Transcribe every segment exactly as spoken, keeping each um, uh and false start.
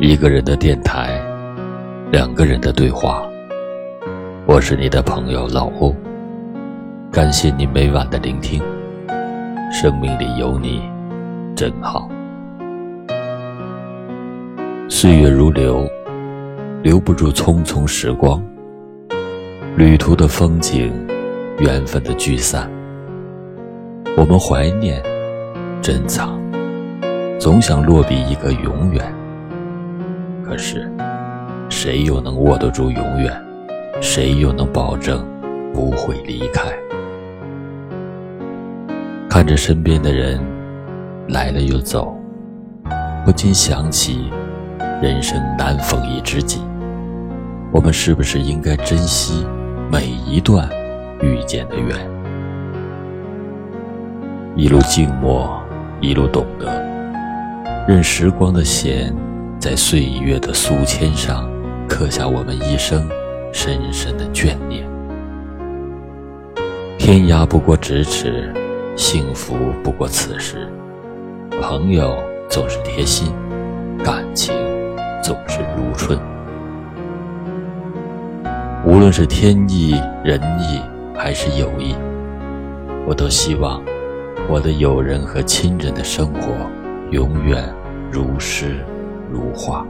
一个人的电台，两个人的对话。我是你的朋友老欧，感谢你每晚的聆听。生命里有你真好。岁月如流，留不住匆匆时光。旅途的风景，缘分的聚散，我们怀念珍藏，总想落笔一个永远。可是谁又能握得住永远？谁又能保证不会离开？看着身边的人来了又走，不禁想起人生难逢一知己，我们是不是应该珍惜每一段遇见的缘？一路静默，一路懂得，任时光的弦在岁月的书签上刻下我们一生深深的眷念。天涯不过咫尺，幸福不过此时。朋友总是贴心，感情总是如春。无论是天意、人意还是友谊，我都希望我的友人和亲人的生活永远如诗如画。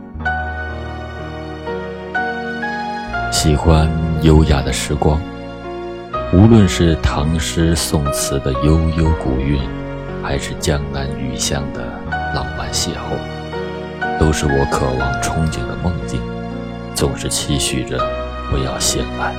喜欢优雅的时光，无论是唐诗宋词的悠悠古韵，还是江南雨巷的浪漫邂逅，都是我渴望憧憬的梦境，总是期许着不要显摆。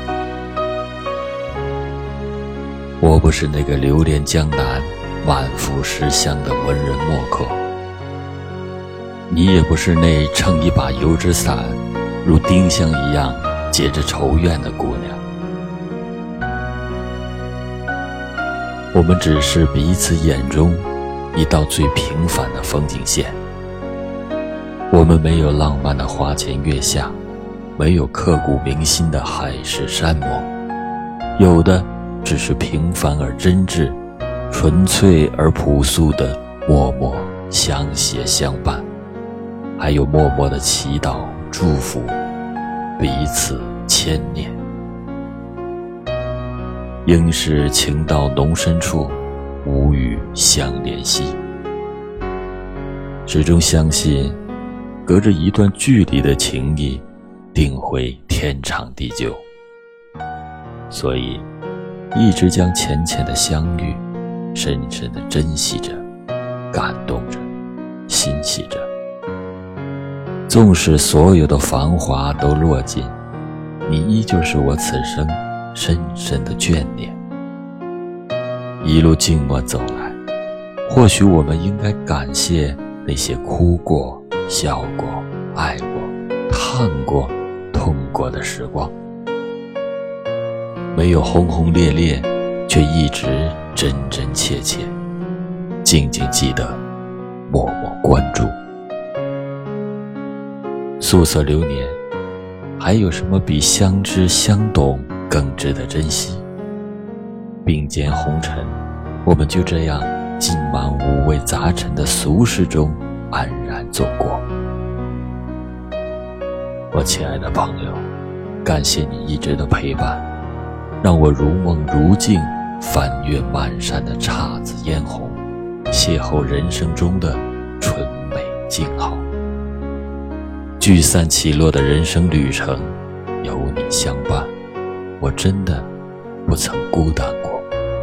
我不是那个流连江南满腹诗香的文人墨客，你也不是那撑一把油纸伞如丁香一样结着愁怨的姑娘。我们只是彼此眼中一道最平凡的风景线。我们没有浪漫的花前月下，没有刻骨铭心的海誓山盟，有的只是平凡而真挚，纯粹而朴素的默默相携相伴，还有默默的祈祷祝福，彼此牵念。应是情到浓深处，无语相怜惜。始终相信隔着一段距离的情谊定会天长地久，所以一直将浅浅的相遇深深地珍惜着，感动着，欣喜着。纵使所有的繁华都落尽，你依旧是我此生深深的眷念。一路静默走来，或许我们应该感谢那些哭过、笑过、爱过、叹过、痛过的时光，没有轰轰烈烈，却一直真真切切，静静记得，默默关注。素色流年，还有什么比相知相懂更值得珍惜？并肩红尘，我们就这样浸满五味杂陈的俗世中安然走过。我亲爱的朋友，感谢你一直的陪伴，让我如梦如境，翻越漫山的姹紫嫣红，邂逅人生中的纯美静好。聚散起落的人生旅程，有你相伴，我真的不曾孤单过。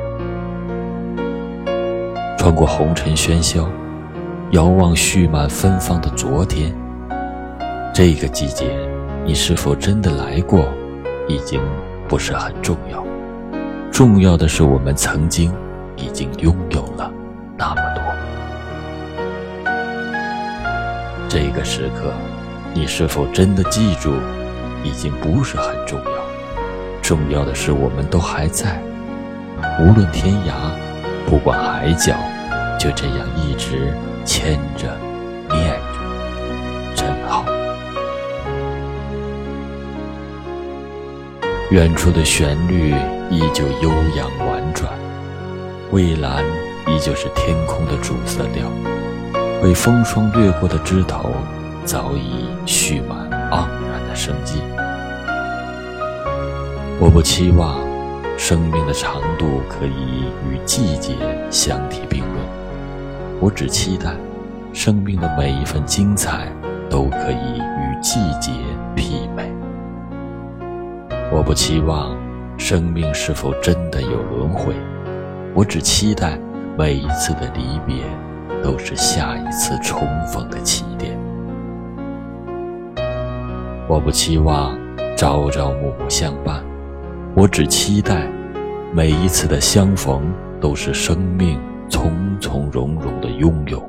穿过红尘喧嚣，遥望蓄满芬芳的昨天。这个季节，你是否真的来过，已经不是很重要。重要的是我们曾经已经拥有了那么多。这个时刻，你是否真的记住，已经不是很重要。重要的是我们都还在，无论天涯，不管海角，就这样一直牵着念着，真好。远处的旋律依旧悠扬婉转，蔚蓝依旧是天空的主色调，被风霜掠过的枝头早已蓄满盎然的生机。我不期望生命的长度可以与季节相提并论，我只期待生命的每一份精彩都可以与季节媲美。我不期望生命是否真的有轮回，我只期待每一次的离别都是下一次重逢的起点。我不期望朝朝暮暮相伴，我只期待每一次的相逢都是生命从从容容的拥有。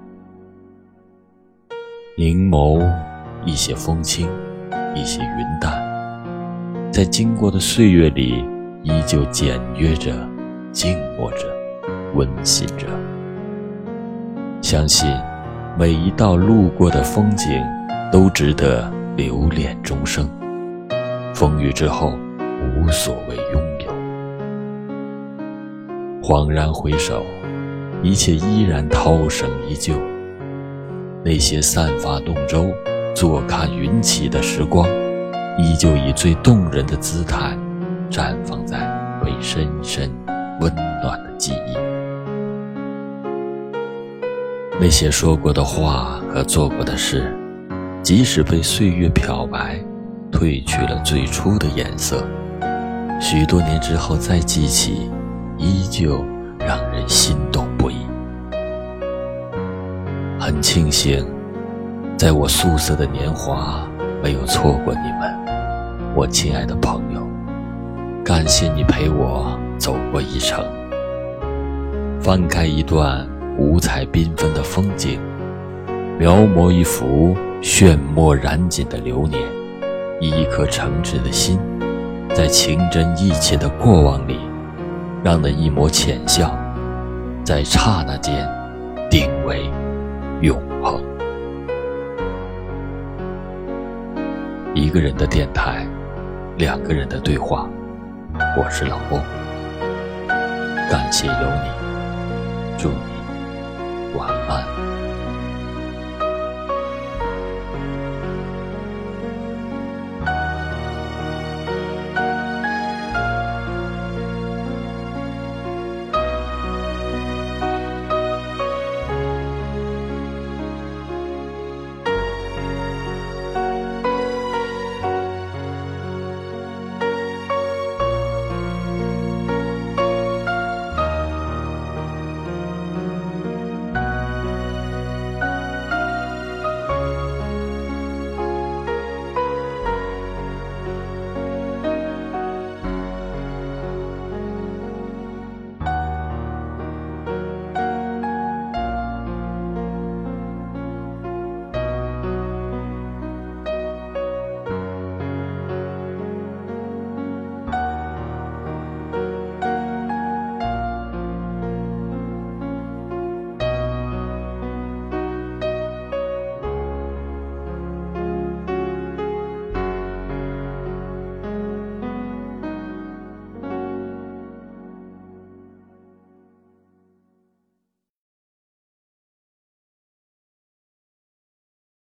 凝眸一些风轻，一些云淡，在经过的岁月里依旧简约着，静默着，温馨着。相信每一道路过的风景都值得留恋终生，风雨之后无所谓拥有。恍然回首，一切依然涛声依旧，那些散发动舟坐看云起的时光，依旧以最动人的姿态绽放在被深深温暖的记忆。那些说过的话和做过的事，即使被岁月漂白，褪去了最初的颜色，许多年之后再记起，依旧让人心动不已。很庆幸在我素色的年华没有错过你们，我亲爱的朋友，感谢你陪我走过一程。翻开一段五彩缤纷的风景，描摹一幅炫墨染锦的流年，以一颗诚挚的心，在情真意切的过往里，让那一抹浅笑在刹那间定为永恒。一个人的电台，两个人的对话，我是老翁，感谢有你，祝你晚安。